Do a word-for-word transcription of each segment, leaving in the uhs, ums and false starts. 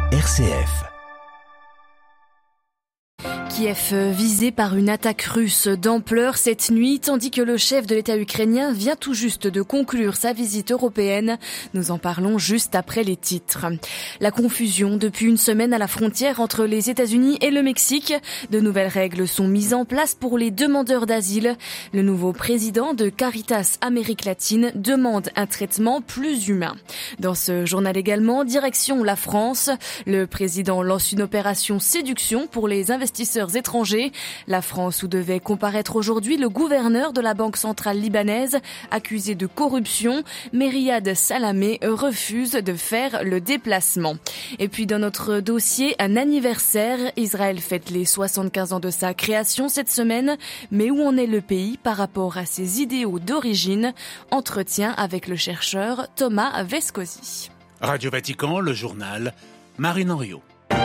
R C F. Kiev visé par une attaque russe d'ampleur cette nuit, tandis que le chef de l'État ukrainien vient tout juste de conclure sa visite européenne. Nous en parlons juste après les titres. La confusion depuis une semaine à la frontière entre les États-Unis et le Mexique. De nouvelles règles sont mises en place pour les demandeurs d'asile. Le nouveau président de Caritas Amérique latine demande un traitement plus humain. Dans ce journal également, direction la France. Le président lance une opération séduction pour les investisseurs étrangers. La France où devait comparaître aujourd'hui le gouverneur de la Banque centrale libanaise, accusé de corruption, mais Riyad Salamé refuse de faire le déplacement. Et puis dans notre dossier, un anniversaire. Israël fête les soixante-quinze ans de sa création cette semaine, mais où en est le pays par rapport à ses idéaux d'origine? Entretien avec le chercheur Thomas Vescosi. Radio Vatican, le journal, Marine Henriot.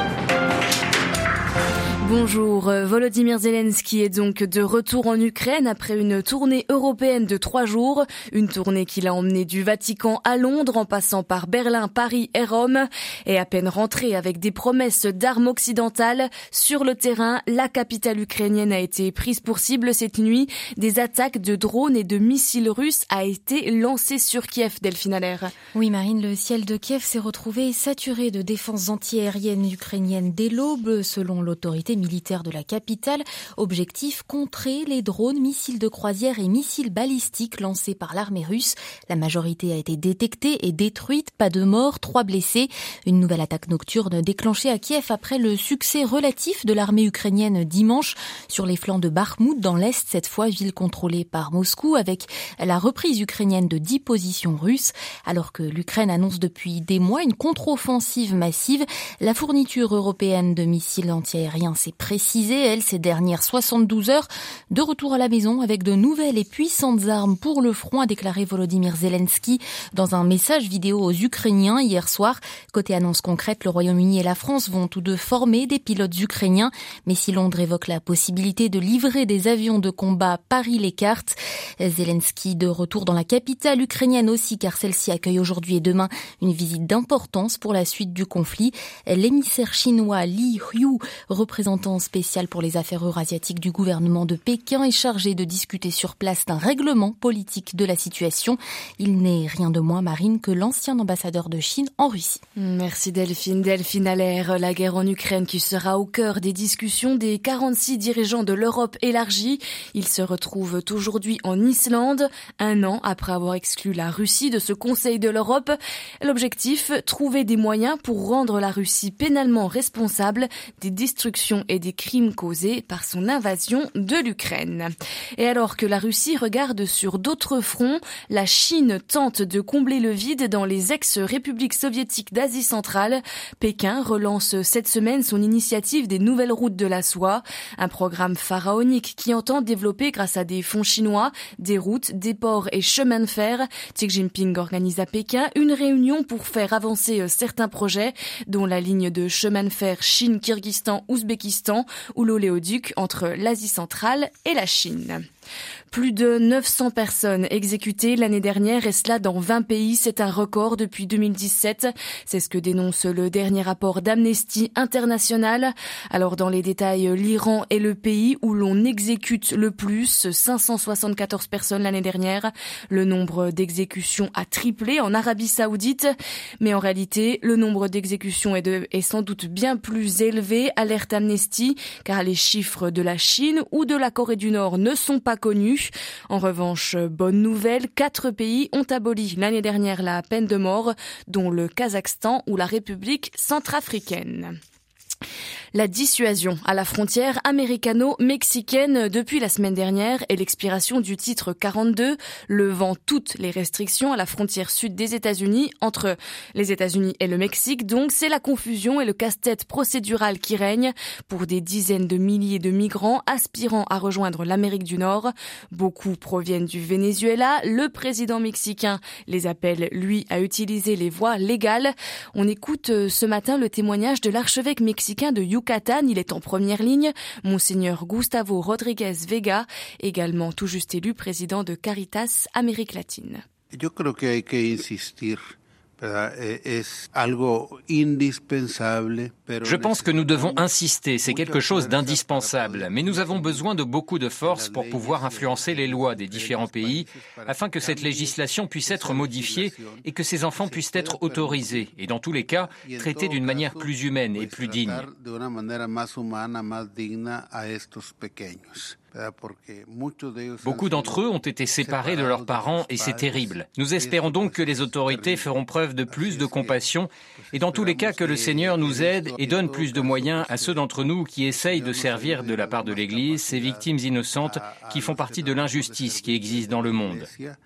Bonjour, Volodymyr Zelensky est donc de retour en Ukraine après une tournée européenne de trois jours. Une tournée qui l'a emmené du Vatican à Londres en passant par Berlin, Paris et Rome. Et à peine rentré avec des promesses d'armes occidentales, sur le terrain, la capitale ukrainienne a été prise pour cible cette nuit. Des attaques de drones et de missiles russes a été lancées sur Kiev, Delphine Allaire. Oui Marine, le ciel de Kiev s'est retrouvé saturé de défenses antiaériennes ukrainiennes dès l'aube, selon l'autorité militaire de la capitale. Objectif, contrer les drones, missiles de croisière et missiles balistiques lancés par l'armée russe. La majorité a été détectée et détruite. Pas de morts, trois blessés. Une nouvelle attaque nocturne déclenchée à Kiev après le succès relatif de l'armée ukrainienne dimanche sur les flancs de Bakhmout dans l'Est, cette fois ville contrôlée par Moscou, avec la reprise ukrainienne de dix positions russes. Alors que l'Ukraine annonce depuis des mois une contre-offensive massive, la fourniture européenne de missiles antiaériens s'est précisée, elle, ces dernières soixante-douze heures. De retour à la maison avec de nouvelles et puissantes armes pour le front, a déclaré Volodymyr Zelensky dans un message vidéo aux Ukrainiens hier soir. Côté annonce concrète, le Royaume-Uni et la France vont tous deux former des pilotes ukrainiens. Mais si Londres évoque la possibilité de livrer des avions de combat, Paris l'écarte. Zelensky de retour dans la capitale ukrainienne aussi, car celle-ci accueille aujourd'hui et demain une visite d'importance pour la suite du conflit. L'émissaire chinois Li Hu, représentant spécial pour les affaires eurasiatiques du gouvernement de Pékin, est chargé de discuter sur place d'un règlement politique de la situation. Il n'est rien de moins, Marine, que l'ancien ambassadeur de Chine en Russie. Merci Delphine. Delphine Allaire, la guerre en Ukraine qui sera au cœur des discussions des quarante-six dirigeants de l'Europe élargie. Ils se retrouvent aujourd'hui en Islande, un an après avoir exclu la Russie de ce Conseil de l'Europe. L'objectif, trouver des moyens pour rendre la Russie pénalement responsable des destructions et des crimes causés par son invasion de l'Ukraine. Et alors que la Russie regarde sur d'autres fronts, la Chine tente de combler le vide dans les ex-républiques soviétiques d'Asie centrale. Pékin relance cette semaine son initiative des nouvelles routes de la soie, un programme pharaonique qui entend développer grâce à des fonds chinois des routes, des ports et chemins de fer. Xi Jinping organise à Pékin une réunion pour faire avancer certains projets, dont la ligne de chemin de fer Chine-Kyrgyzstan-Ouzbékistan ou l'oléoduc entre l'Asie centrale et la Chine. Plus de neuf cents personnes exécutées l'année dernière et cela dans vingt pays. C'est un record depuis deux mille dix-sept. C'est ce que dénonce le dernier rapport d'Amnesty International. Alors dans les détails, l'Iran est le pays où l'on exécute le plus, cinq cent soixante-quatorze personnes l'année dernière. Le nombre d'exécutions a triplé en Arabie Saoudite. Mais en réalité, le nombre d'exécutions est, de, est sans doute bien plus élevé, alerte Amnesty, car les chiffres de la Chine ou de la Corée du Nord ne sont pas connus. En revanche, bonne nouvelle, quatre pays ont aboli l'année dernière la peine de mort, dont le Kazakhstan ou la République centrafricaine. La dissuasion à la frontière américano-mexicaine depuis la semaine dernière et l'expiration du titre quarante-deux, levant toutes les restrictions à la frontière sud des États-Unis entre les États-Unis et le Mexique. Donc, c'est la confusion et le casse-tête procédural qui règne pour des dizaines de milliers de migrants aspirant à rejoindre l'Amérique du Nord. Beaucoup proviennent du Venezuela. Le président mexicain les appelle, lui, à utiliser les voies légales. On écoute ce matin le témoignage de l'archevêque mexicain de Yucatan. Il est en première ligne. Monseigneur Gustavo Rodriguez Vega, également tout juste élu président de Caritas Amérique latine. Yo creo que hay que insistir Je pense que nous devons insister, c'est quelque chose d'indispensable, mais nous avons besoin de beaucoup de force pour pouvoir influencer les lois des différents pays afin que cette législation puisse être modifiée et que ces enfants puissent être autorisés et dans tous les cas traités d'une manière plus humaine et plus digne. Beaucoup d'entre eux ont été séparés de leurs parents et c'est terrible. Nous espérons donc que les autorités feront preuve de plus de compassion et dans tous les cas que le Seigneur nous aide et donne plus de moyens à ceux d'entre nous qui essayent de servir de la part de l'Église ces victimes innocentes qui font partie de l'injustice qui existe dans le monde.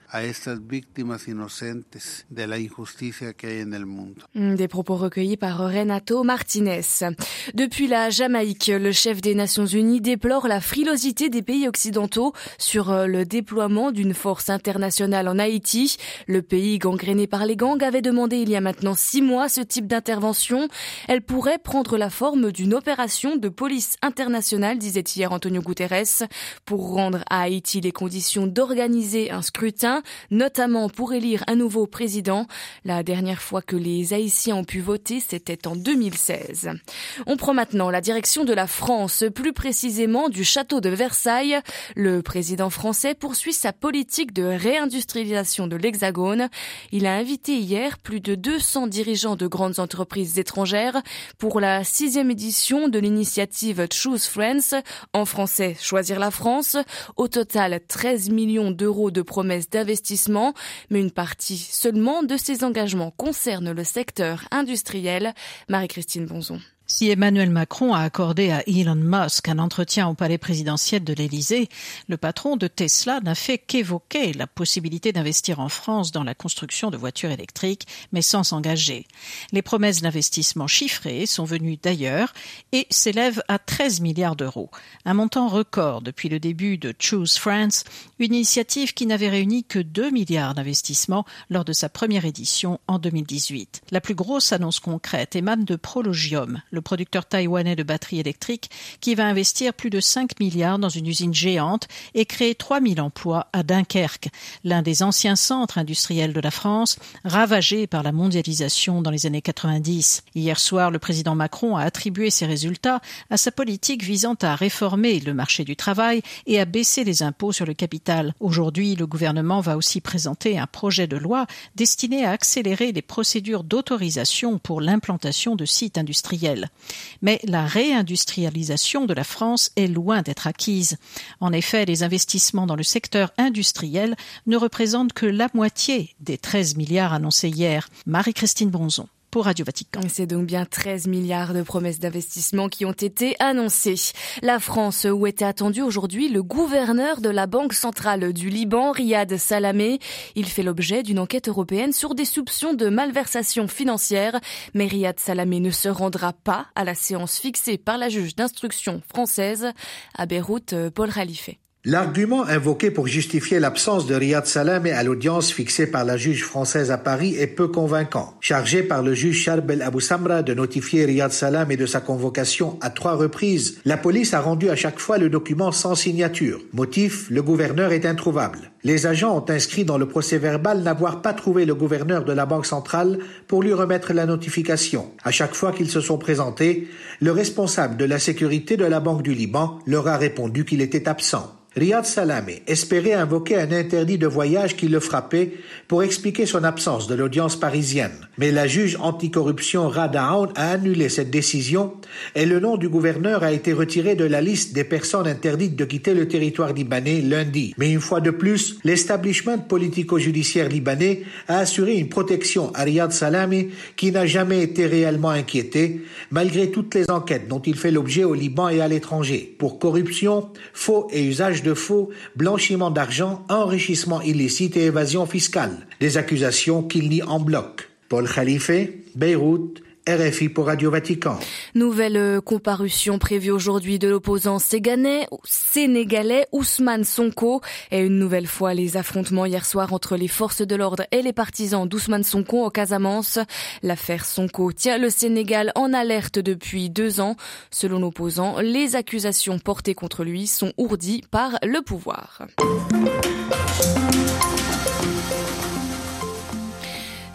Des propos recueillis par Renato Martinez. Depuis la Jamaïque, le chef des Nations Unies déplore la frilosité des pays occidentaux sur le déploiement d'une force internationale en Haïti. Le pays gangréné par les gangs avait demandé il y a maintenant six mois ce type d'intervention. Elle pourrait prendre la forme d'une opération de police internationale, disait hier Antonio Guterres, pour rendre à Haïti les conditions d'organiser un scrutin, notamment pour élire un nouveau président. La dernière fois que les Haïtiens ont pu voter, c'était en deux mille seize. On prend maintenant la direction de la France, plus précisément du château de Versailles. Le président français poursuit sa politique de réindustrialisation de l'Hexagone. Il a invité hier plus de deux cents dirigeants de grandes entreprises étrangères pour la sixième édition de l'initiative Choose France, en français Choisir la France. Au total, treize millions d'euros de promesses d'investissement, mais une partie seulement de ces engagements concerne le secteur industriel. Marie-Christine Bonzon. Si Emmanuel Macron a accordé à Elon Musk un entretien au palais présidentiel de l'Élysée, le patron de Tesla n'a fait qu'évoquer la possibilité d'investir en France dans la construction de voitures électriques, mais sans s'engager. Les promesses d'investissement chiffrées sont venues d'ailleurs et s'élèvent à treize milliards d'euros, un montant record depuis le début de Choose France, une initiative qui n'avait réuni que deux milliards d'investissements lors de sa première édition en deux mille dix-huit. La plus grosse annonce concrète émane de Prologium, le producteur taïwanais de batteries électriques, qui va investir plus de cinq milliards dans une usine géante et créer trois mille emplois à Dunkerque, l'un des anciens centres industriels de la France, ravagé par la mondialisation dans les années quatre-vingt-dix. Hier soir, le président Macron a attribué ces résultats à sa politique visant à réformer le marché du travail et à baisser les impôts sur le capital. Aujourd'hui, le gouvernement va aussi présenter un projet de loi destiné à accélérer les procédures d'autorisation pour l'implantation de sites industriels. Mais la réindustrialisation de la France est loin d'être acquise. En effet, les investissements dans le secteur industriel ne représentent que la moitié des treize milliards annoncés hier. Marie-Christine Bonzon. Pour Radio Vatican. C'est donc bien treize milliards de promesses d'investissement qui ont été annoncées. La France, où était attendu aujourd'hui le gouverneur de la Banque centrale du Liban, Riyad Salamé. Il fait l'objet d'une enquête européenne sur des soupçons de malversation financière. Mais Riyad Salamé ne se rendra pas à la séance fixée par la juge d'instruction française. À Beyrouth, Paul Khalife. L'argument invoqué pour justifier l'absence de Riyad Salamé à l'audience fixée par la juge française à Paris est peu convaincant. Chargé par le juge Charbel Abou Samra de notifier Riyad Salamé de sa convocation à trois reprises, la police a rendu à chaque fois le document sans signature. Motif, le gouverneur est introuvable. Les agents ont inscrit dans le procès-verbal n'avoir pas trouvé le gouverneur de la Banque centrale pour lui remettre la notification. À chaque fois qu'ils se sont présentés, le responsable de la sécurité de la Banque du Liban leur a répondu qu'il était absent. Riyad Salamé espérait invoquer un interdit de voyage qui le frappait pour expliquer son absence de l'audience parisienne. Mais la juge anticorruption Rada Aoun a annulé cette décision et le nom du gouverneur a été retiré de la liste des personnes interdites de quitter le territoire libanais lundi. Mais une fois de plus, l'establishment politico-judiciaire libanais a assuré une protection à Riyad Salamé qui n'a jamais été réellement inquiété, malgré toutes les enquêtes dont il fait l'objet au Liban et à l'étranger, pour corruption, faux et usage de faux, blanchiment d'argent, enrichissement illicite et évasion fiscale. Des accusations qu'il nie en bloc. Paul Khalife, Beyrouth, R F I pour Radio Vatican. Nouvelle comparution prévue aujourd'hui de l'opposant sénégalais, sénégalais Ousmane Sonko. Et une nouvelle fois, les affrontements hier soir entre les forces de l'ordre et les partisans d'Ousmane Sonko au Casamance. L'affaire Sonko tient le Sénégal en alerte depuis deux ans. Selon l'opposant, les accusations portées contre lui sont ourdies par le pouvoir.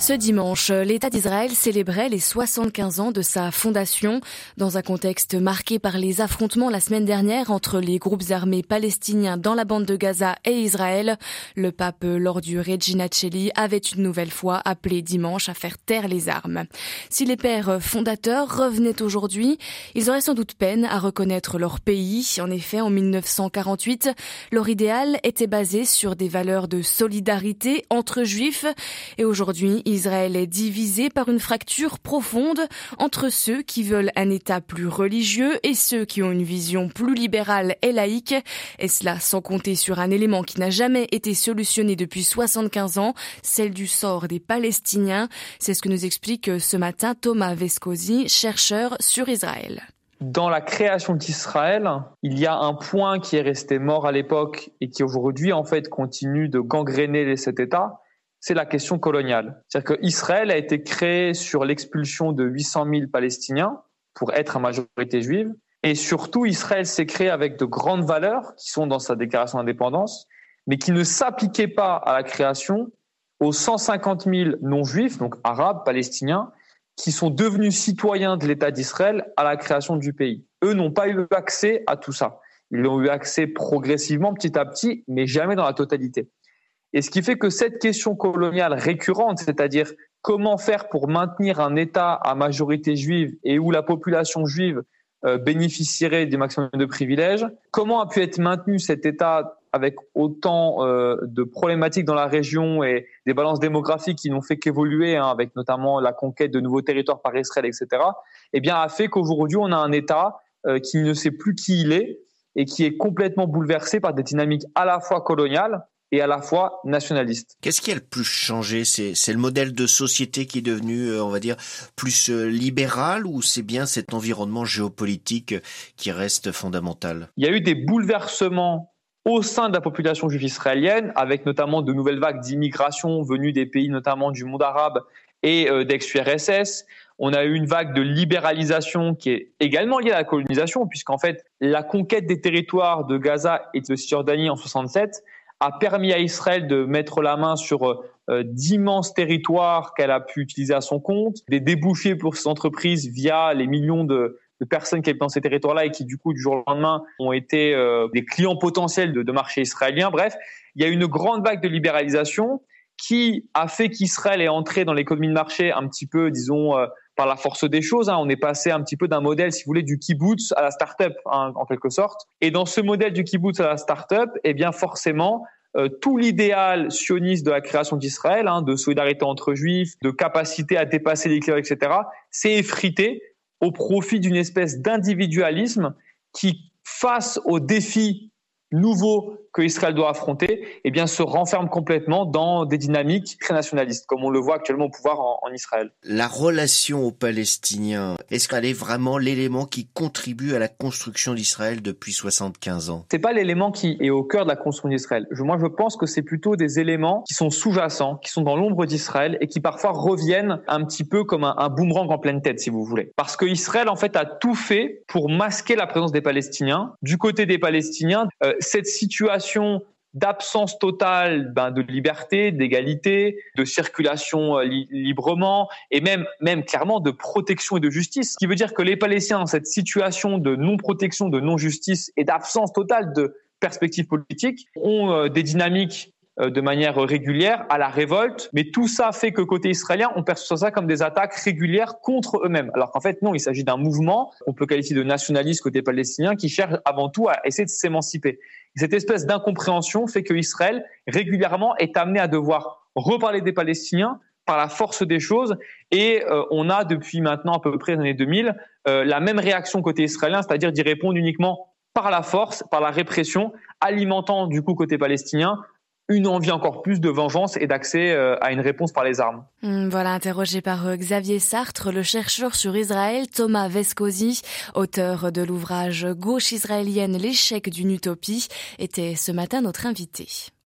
Ce dimanche, l'État d'Israël célébrait les soixante-quinze ans de sa fondation, dans un contexte marqué par les affrontements la semaine dernière entre les groupes armés palestiniens dans la bande de Gaza et Israël. Le pape, lors du Regina Coeli, avait une nouvelle fois appelé dimanche à faire taire les armes. Si les pères fondateurs revenaient aujourd'hui, ils auraient sans doute peine à reconnaître leur pays. En effet, en mille neuf cent quarante-huit, leur idéal était basé sur des valeurs de solidarité entre juifs. Et aujourd'hui, Israël est divisé par une fracture profonde entre ceux qui veulent un État plus religieux et ceux qui ont une vision plus libérale et laïque. Et cela sans compter sur un élément qui n'a jamais été solutionné depuis soixante-quinze ans, celle du sort des Palestiniens. C'est ce que nous explique ce matin Thomas Vescosi, chercheur sur Israël. Dans la création d'Israël, il y a un point qui est resté mort à l'époque et qui aujourd'hui en fait continue de gangréner cet État. C'est la question coloniale. C'est-à-dire qu'Israël a été créé sur l'expulsion de huit cent mille Palestiniens pour être à majorité juive. Et surtout, Israël s'est créé avec de grandes valeurs qui sont dans sa déclaration d'indépendance, mais qui ne s'appliquaient pas à la création aux cent cinquante mille non-juifs, donc arabes, palestiniens, qui sont devenus citoyens de l'État d'Israël à la création du pays. Eux n'ont pas eu accès à tout ça. Ils ont eu accès progressivement, petit à petit, mais jamais dans la totalité. Et ce qui fait que cette question coloniale récurrente, c'est-à-dire comment faire pour maintenir un État à majorité juive et où la population juive euh, bénéficierait du maximum de privilèges, comment a pu être maintenu cet État avec autant euh, de problématiques dans la région et des balances démographiques qui n'ont fait qu'évoluer, hein, avec notamment la conquête de nouveaux territoires par Israël, et cetera, eh bien, a fait qu'aujourd'hui, on a un État euh, qui ne sait plus qui il est et qui est complètement bouleversé par des dynamiques à la fois coloniales et à la fois nationaliste. Qu'est-ce qui a le plus changé ? C'est, c'est le modèle de société qui est devenu, on va dire, plus libéral, ou c'est bien cet environnement géopolitique qui reste fondamental ? Il y a eu des bouleversements au sein de la population juive israélienne, avec notamment de nouvelles vagues d'immigration venues des pays notamment du monde arabe et euh, d'ex-U R S S. On a eu une vague de libéralisation qui est également liée à la colonisation, puisqu'en fait, la conquête des territoires de Gaza et de Cisjordanie en soixante-sept a permis à Israël de mettre la main sur euh, d'immenses territoires qu'elle a pu utiliser à son compte, des débouchés pour ses entreprises via les millions de, de personnes qui habitent dans ces territoires-là et qui, du coup, du jour au lendemain, ont été euh, des clients potentiels de, de marché israélien. Bref, il y a une grande vague de libéralisation qui a fait qu'Israël est entré dans l'économie de marché un petit peu, disons, euh, par la force des choses. Hein. On est passé un petit peu d'un modèle, si vous voulez, du kibbutz à la start-up, hein, en quelque sorte. Et dans ce modèle du kibbutz à la start-up, eh bien, forcément, euh, tout l'idéal sioniste de la création d'Israël, hein, de solidarité entre juifs, de capacité à dépasser les clients, et cetera, s'est effrité au profit d'une espèce d'individualisme qui, face aux défis nouveaux que Israël doit affronter, eh bien, se renferme complètement dans des dynamiques très nationalistes, comme on le voit actuellement au pouvoir en, en Israël. La relation aux Palestiniens, est-ce qu'elle est vraiment l'élément qui contribue à la construction d'Israël depuis soixante-quinze ans ? C'est pas l'élément qui est au cœur de la construction d'Israël. Je, moi, je pense que c'est plutôt des éléments qui sont sous-jacents, qui sont dans l'ombre d'Israël et qui parfois reviennent un petit peu comme un, un boomerang en pleine tête, si vous voulez. Parce que Israël, en fait, a tout fait pour masquer la présence des Palestiniens. Du côté des Palestiniens, euh, cette situation d'absence totale ben, de liberté, d'égalité, de circulation euh, li- librement et même, même clairement de protection et de justice. Ce qui veut dire que les Palestiniens, dans cette situation de non-protection, de non-justice et d'absence totale de perspective politique, ont euh, des dynamiques euh, de manière régulière à la révolte. Mais tout ça fait que côté israélien, on perçoit ça comme des attaques régulières contre eux-mêmes. Alors qu'en fait, non, il s'agit d'un mouvement qu'on peut qualifier de nationaliste côté palestinien qui cherche avant tout à essayer de s'émanciper. Cette espèce d'incompréhension fait que Israël, régulièrement, est amené à devoir reparler des Palestiniens par la force des choses. Et euh, on a, depuis maintenant à peu près les années deux mille, euh, la même réaction côté israélien, c'est-à-dire d'y répondre uniquement par la force, par la répression, alimentant du coup côté palestinien une envie encore plus de vengeance et d'accès euh, à une réponse par les armes. Mmh, voilà, interrogé par euh, Xavier Sartre, le chercheur sur Israël, Thomas Vescosi, auteur de l'ouvrage Gauche israélienne, l'échec d'une utopie, était ce matin notre invité.